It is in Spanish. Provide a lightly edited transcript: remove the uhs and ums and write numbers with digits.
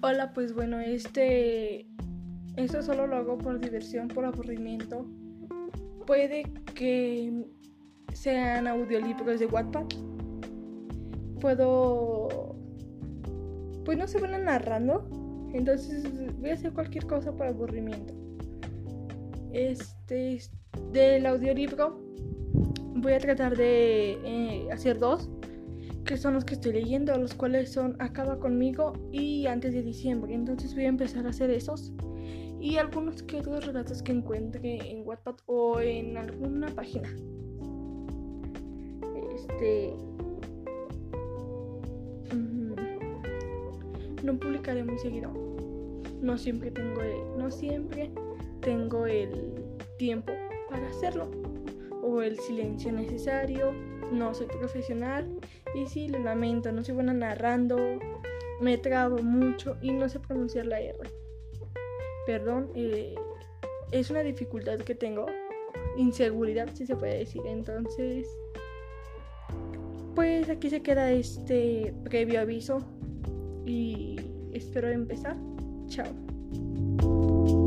Hola, pues bueno, esto solo lo hago por diversión, por aburrimiento. Puede que sean audiolibros de Wattpad. Pues no se van narrando, entonces voy a hacer cualquier cosa por aburrimiento. Del audiolibro voy a tratar de hacer 2, que son los que estoy leyendo, los cuales son Acaba conmigo y Antes de diciembre. Entonces voy a empezar a hacer esos y algunos que otros relatos que encuentre en Wattpad o en alguna página. No publicaré muy seguido. No siempre tengo el tiempo para hacerlo o el silencio necesario. No soy profesional y sí, lo lamento, no soy buena narrando, me trabo mucho y no sé pronunciar la R. Perdón, es una dificultad que tengo, inseguridad si se puede decir. Entonces, pues aquí se queda este previo aviso y espero empezar. Chao.